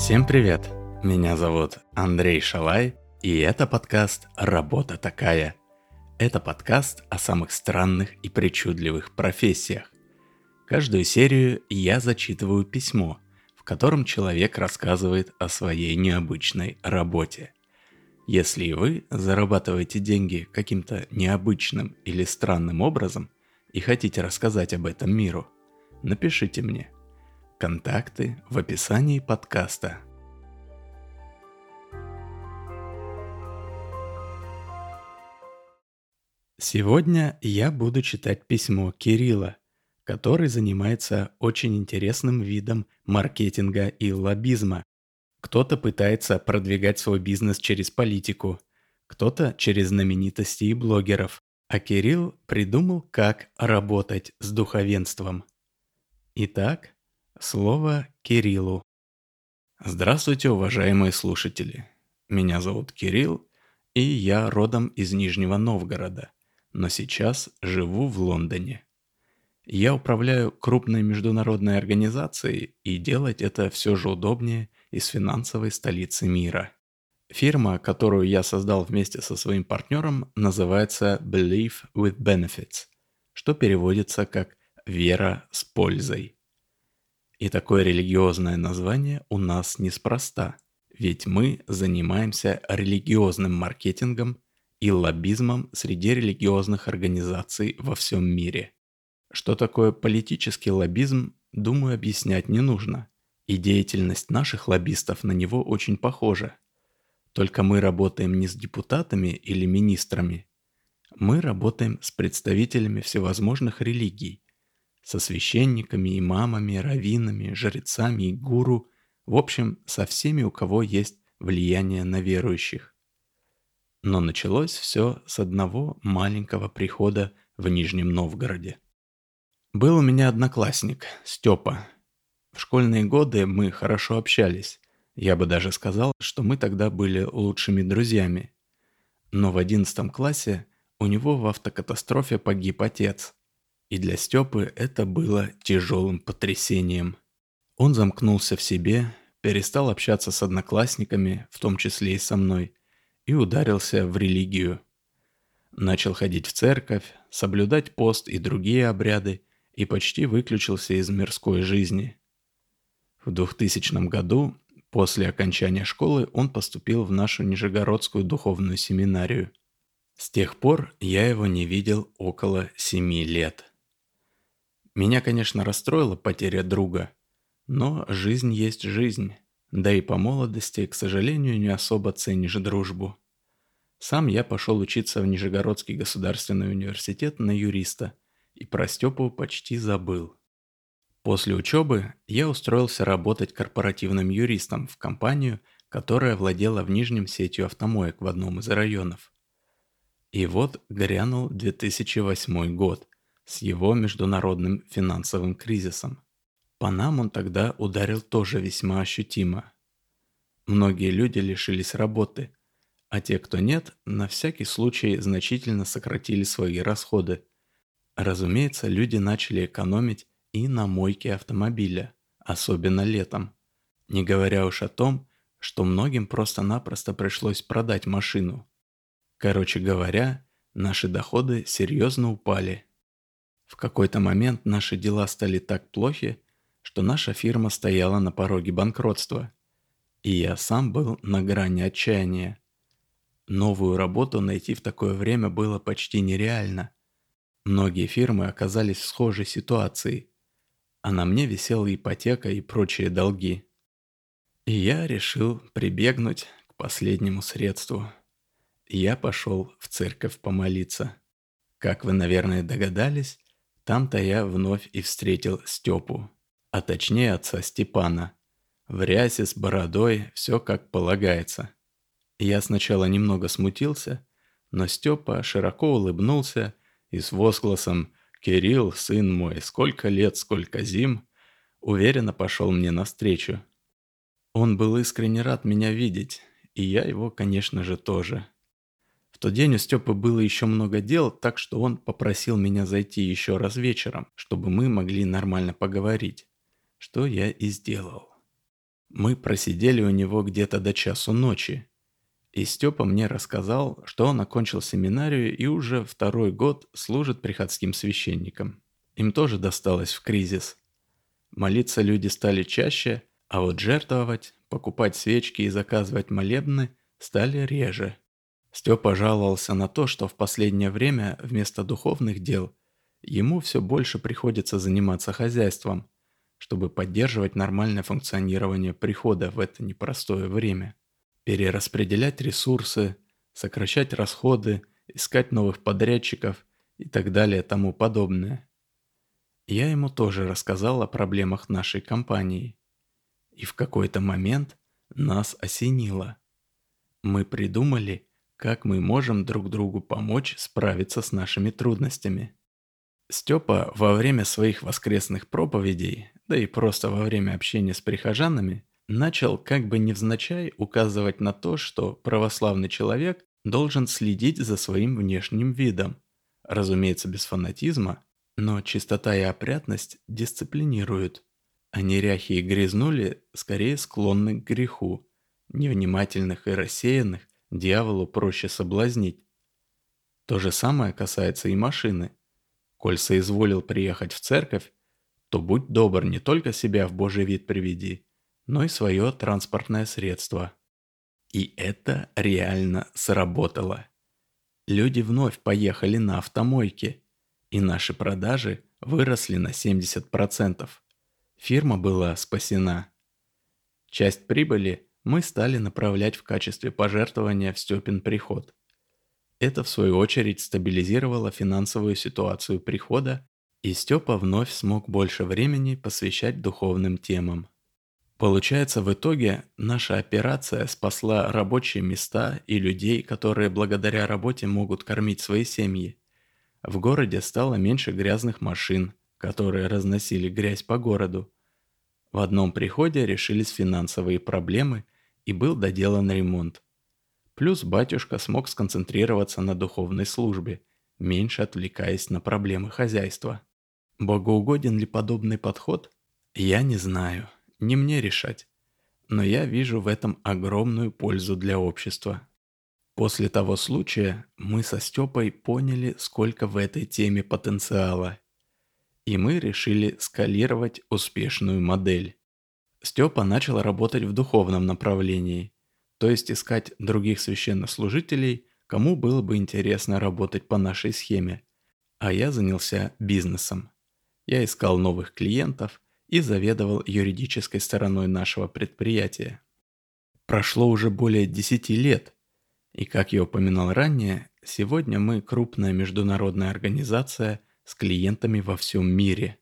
Всем привет! Меня зовут Андрей Шалай, и это подкаст «Работа такая». Это подкаст о самых странных и причудливых профессиях. Каждую серию я зачитываю письмо, в котором человек рассказывает о своей необычной работе. Если и вы зарабатываете деньги каким-то необычным или странным образом и хотите рассказать об этом миру, напишите мне. Контакты в описании подкаста. Сегодня я буду читать письмо Кирилла, который занимается очень интересным видом маркетинга и лоббизма. Кто-то пытается продвигать свой бизнес через политику, кто-то через знаменитостей и блогеров, а Кирилл придумал, как работать с духовенством. Итак, слово Кириллу. Здравствуйте, уважаемые слушатели. Меня зовут Кирилл, и я родом из Нижнего Новгорода, но сейчас живу в Лондоне. Я управляю крупной международной организацией, и делать это все же удобнее из финансовой столицы мира. Фирма, которую я создал вместе со своим партнером, называется Believe with Benefits, что переводится как «вера с пользой». И такое религиозное название у нас неспроста, ведь мы занимаемся религиозным маркетингом и лоббизмом среди религиозных организаций во всем мире. Что такое политический лоббизм, думаю, объяснять не нужно, и деятельность наших лоббистов на него очень похожа. Только мы работаем не с депутатами или министрами, мы работаем с представителями всевозможных религий, со священниками, имамами, раввинами, жрецами и гуру, в общем, со всеми, у кого есть влияние на верующих. Но началось все с одного маленького прихода в Нижнем Новгороде. Был у меня одноклассник, Степа. В школьные годы мы хорошо общались. Я бы даже сказал, что мы тогда были лучшими друзьями. Но в 11 классе у него в автокатастрофе погиб отец. И для Степы это было тяжелым потрясением. Он замкнулся в себе, перестал общаться с одноклассниками, в том числе и со мной, и ударился в религию. Начал ходить в церковь, соблюдать пост и другие обряды, и почти выключился из мирской жизни. В 2000 году, после окончания школы, он поступил в нашу Нижегородскую духовную семинарию. С тех пор я его не видел около 7 лет. Меня, конечно, расстроила потеря друга, но жизнь есть жизнь, да и по молодости, к сожалению, не особо ценишь дружбу. Сам я пошел учиться в Нижегородский государственный университет на юриста, и про Степу почти забыл. После учебы я устроился работать корпоративным юристом в компанию, которая владела в Нижнем сетью автомоек в одном из районов. И вот грянул 2008 год с его международным финансовым кризисом. По нам он тогда ударил тоже весьма ощутимо. Многие люди лишились работы, а те, кто нет, на всякий случай значительно сократили свои расходы. Разумеется, люди начали экономить и на мойке автомобиля, особенно летом. Не говоря уж о том, что многим просто-напросто пришлось продать машину. Короче говоря, наши доходы серьезно упали. В какой-то момент наши дела стали так плохи, что наша фирма стояла на пороге банкротства. И я сам был на грани отчаяния. Новую работу найти в такое время было почти нереально. Многие фирмы оказались в схожей ситуации, а на мне висела ипотека и прочие долги. И я решил прибегнуть к последнему средству. Я пошел в церковь помолиться. Как вы, наверное, догадались, там-то я вновь и встретил Степу, а точнее отца Степана. В рясе с бородой, все как полагается. Я сначала немного смутился, но Степа широко улыбнулся и с возгласом «Кирилл, сын мой, сколько лет, сколько зим!» уверенно пошел мне навстречу. Он был искренне рад меня видеть, и я его, конечно же, тоже. В тот день у Степы было еще много дел, так что он попросил меня зайти еще раз вечером, чтобы мы могли нормально поговорить, что я и сделал. Мы просидели у него где-то до часу ночи. И Степа мне рассказал, что он окончил семинарию и уже второй год служит приходским священником. Им тоже досталось в кризис. Молиться люди стали чаще, а вот жертвовать, покупать свечки и заказывать молебны стали реже. Степа жаловался на то, что в последнее время вместо духовных дел ему все больше приходится заниматься хозяйством, чтобы поддерживать нормальное функционирование прихода в это непростое время. Перераспределять ресурсы, сокращать расходы, искать новых подрядчиков и так далее тому подобное. Я ему тоже рассказал о проблемах нашей компании. И в какой-то момент нас осенило. Мы придумали, как мы можем друг другу помочь справиться с нашими трудностями. Степа во время своих воскресных проповедей, да и просто во время общения с прихожанами, начал как бы невзначай указывать на то, что православный человек должен следить за своим внешним видом. Разумеется, без фанатизма, но чистота и опрятность дисциплинируют, а неряхи и грязнули скорее склонны к греху. Невнимательных и рассеянных дьяволу проще соблазнить. То же самое касается и машины. Коль соизволил приехать в церковь, то будь добр, не только себя в Божий вид приведи, но и свое транспортное средство. И это реально сработало. Люди вновь поехали на автомойки, и наши продажи выросли на 70%. Фирма была спасена. Часть прибыли мы стали направлять в качестве пожертвования в Степин приход. Это, в свою очередь, стабилизировало финансовую ситуацию прихода, и Степа вновь смог больше времени посвящать духовным темам. Получается, в итоге наша операция спасла рабочие места и людей, которые благодаря работе могут кормить свои семьи. В городе стало меньше грязных машин, которые разносили грязь по городу. В одном приходе решились финансовые проблемы и был доделан ремонт. Плюс батюшка смог сконцентрироваться на духовной службе, меньше отвлекаясь на проблемы хозяйства. Богоугоден ли подобный подход? Я не знаю, не мне решать. Но я вижу в этом огромную пользу для общества. После того случая мы со Степой поняли, сколько в этой теме потенциала. И мы решили скалировать успешную модель. Степа начал работать в духовном направлении, то есть искать других священнослужителей, кому было бы интересно работать по нашей схеме. А я занялся бизнесом. Я искал новых клиентов и заведовал юридической стороной нашего предприятия. Прошло уже более 10 лет, и, как я упоминал ранее, сегодня мы крупная международная организация с клиентами во всем мире.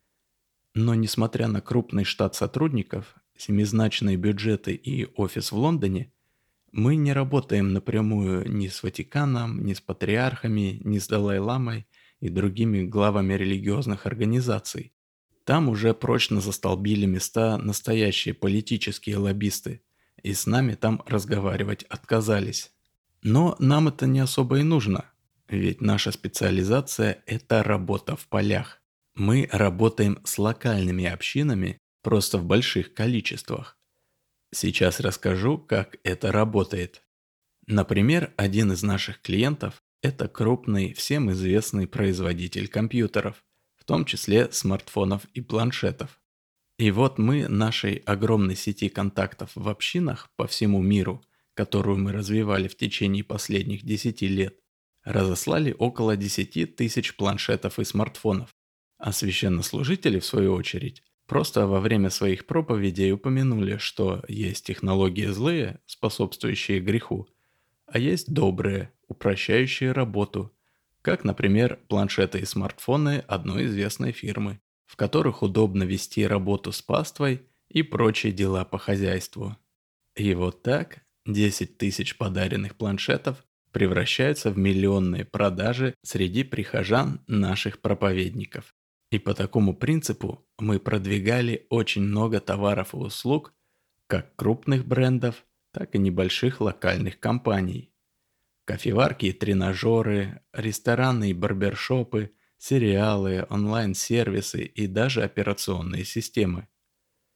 Но несмотря на крупный штат сотрудников, семизначные бюджеты и офис в Лондоне, мы не работаем напрямую ни с Ватиканом, ни с патриархами, ни с Далай-ламой и другими главами религиозных организаций. Там уже прочно застолбили места настоящие политические лоббисты, и с нами там разговаривать отказались. Но нам это не особо и нужно, ведь наша специализация – это работа в полях. Мы работаем с локальными общинами просто в больших количествах. Сейчас расскажу, как это работает. Например, один из наших клиентов – это крупный, всем известный производитель компьютеров, в том числе смартфонов и планшетов. И вот мы нашей огромной сети контактов в общинах по всему миру, которую мы развивали в течение последних 10 лет, разослали около 10 тысяч планшетов и смартфонов. А священнослужители, в свою очередь, просто во время своих проповедей упомянули, что есть технологии злые, способствующие греху, а есть добрые, упрощающие работу, как, например, планшеты и смартфоны одной известной фирмы, в которых удобно вести работу с паствой и прочие дела по хозяйству. И вот так 10 тысяч подаренных планшетов превращаются в миллионные продажи среди прихожан наших проповедников. И по такому принципу мы продвигали очень много товаров и услуг, как крупных брендов, так и небольших локальных компаний. Кофеварки и тренажеры, рестораны и барбершопы, сериалы, онлайн-сервисы и даже операционные системы.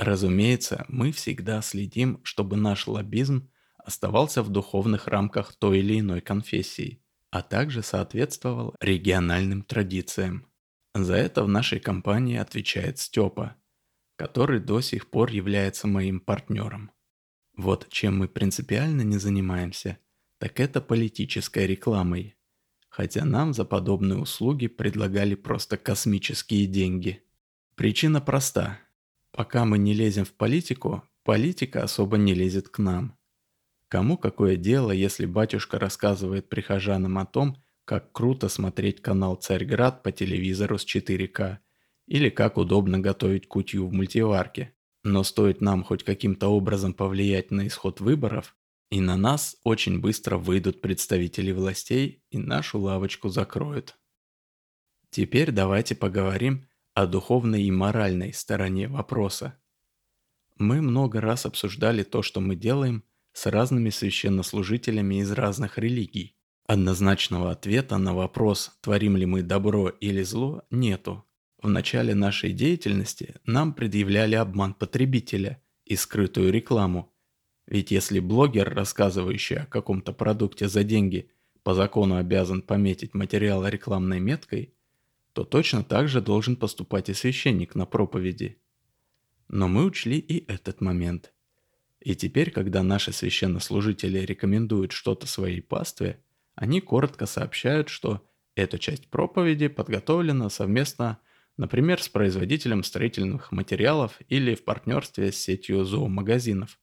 Разумеется, мы всегда следим, чтобы наш лоббизм оставался в духовных рамках той или иной конфессии, а также соответствовал региональным традициям. За это в нашей компании отвечает Степа, который до сих пор является моим партнером. Вот чем мы принципиально не занимаемся, так это политической рекламой, хотя нам за подобные услуги предлагали просто космические деньги. Причина проста. Пока мы не лезем в политику, политика особо не лезет к нам. Кому какое дело, если батюшка рассказывает прихожанам о том, как круто смотреть канал «Царьград» по телевизору с 4К, или как удобно готовить кутью в мультиварке. Но стоит нам хоть каким-то образом повлиять на исход выборов, и на нас очень быстро выйдут представители властей и нашу лавочку закроют. Теперь давайте поговорим о духовной и моральной стороне вопроса. Мы много раз обсуждали то, что мы делаем, с разными священнослужителями из разных религий. Однозначного ответа на вопрос, творим ли мы добро или зло, нету. В начале нашей деятельности нам предъявляли обман потребителя и скрытую рекламу. Ведь если блогер, рассказывающий о каком-то продукте за деньги, по закону обязан пометить материал рекламной меткой, то точно так же должен поступать и священник на проповеди. Но мы учли и этот момент. И теперь, когда наши священнослужители рекомендуют что-то своей пастве, они коротко сообщают, что эта часть проповеди подготовлена совместно, например, с производителем строительных материалов или в партнерстве с сетью зоомагазинов.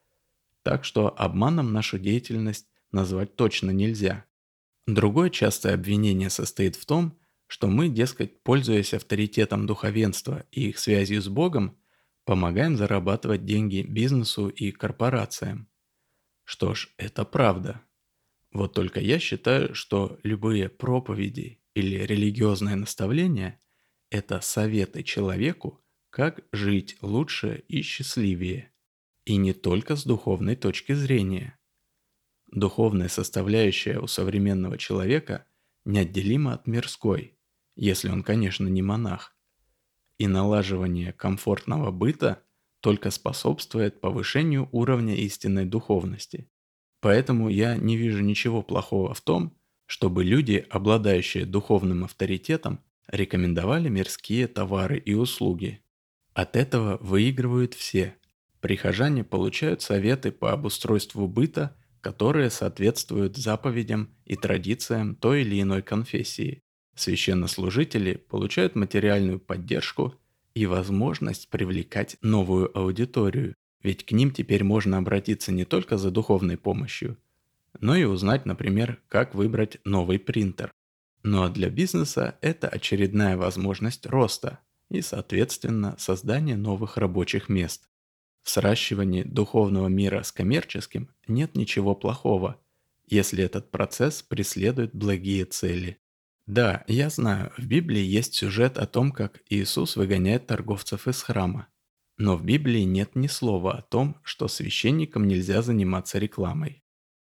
Так что обманом нашу деятельность назвать точно нельзя. Другое частое обвинение состоит в том, что мы, дескать, пользуясь авторитетом духовенства и их связью с Богом, помогаем зарабатывать деньги бизнесу и корпорациям. Что ж, это правда. Вот только я считаю, что любые проповеди или религиозные наставления – это советы человеку, как жить лучше и счастливее. И не только с духовной точки зрения. Духовная составляющая у современного человека неотделима от мирской, если он, конечно, не монах. И налаживание комфортного быта только способствует повышению уровня истинной духовности. Поэтому я не вижу ничего плохого в том, чтобы люди, обладающие духовным авторитетом, рекомендовали мирские товары и услуги. От этого выигрывают все. Прихожане получают советы по обустройству быта, которые соответствуют заповедям и традициям той или иной конфессии. Священнослужители получают материальную поддержку и возможность привлекать новую аудиторию, ведь к ним теперь можно обратиться не только за духовной помощью, но и узнать, например, как выбрать новый принтер. Ну а для бизнеса это очередная возможность роста и, соответственно, создания новых рабочих мест. В сращивании духовного мира с коммерческим нет ничего плохого, если этот процесс преследует благие цели. Да, я знаю, в Библии есть сюжет о том, как Иисус выгоняет торговцев из храма. Но в Библии нет ни слова о том, что священникам нельзя заниматься рекламой.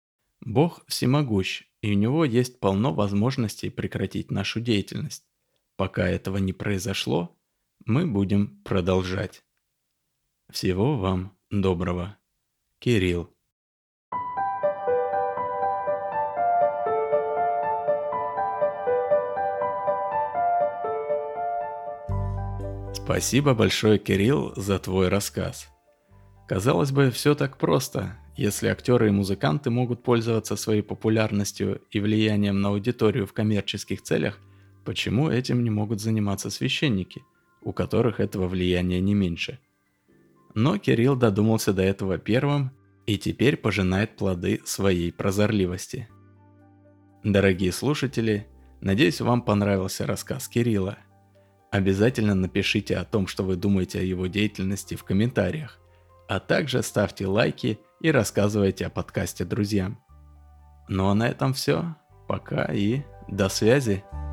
Бог всемогущ, и у Него есть полно возможностей прекратить нашу деятельность. Пока этого не произошло, мы будем продолжать. Всего вам доброго. Кирилл. Спасибо большое, Кирилл, за твой рассказ. Казалось бы, все так просто. Если актеры и музыканты могут пользоваться своей популярностью и влиянием на аудиторию в коммерческих целях, почему этим не могут заниматься священники, у которых этого влияния не меньше? Но Кирилл додумался до этого первым и теперь пожинает плоды своей прозорливости. Дорогие слушатели, надеюсь, вам понравился рассказ Кирилла. Обязательно напишите о том, что вы думаете о его деятельности в комментариях, а также ставьте лайки и рассказывайте о подкасте друзьям. Ну а на этом все. Пока и до связи.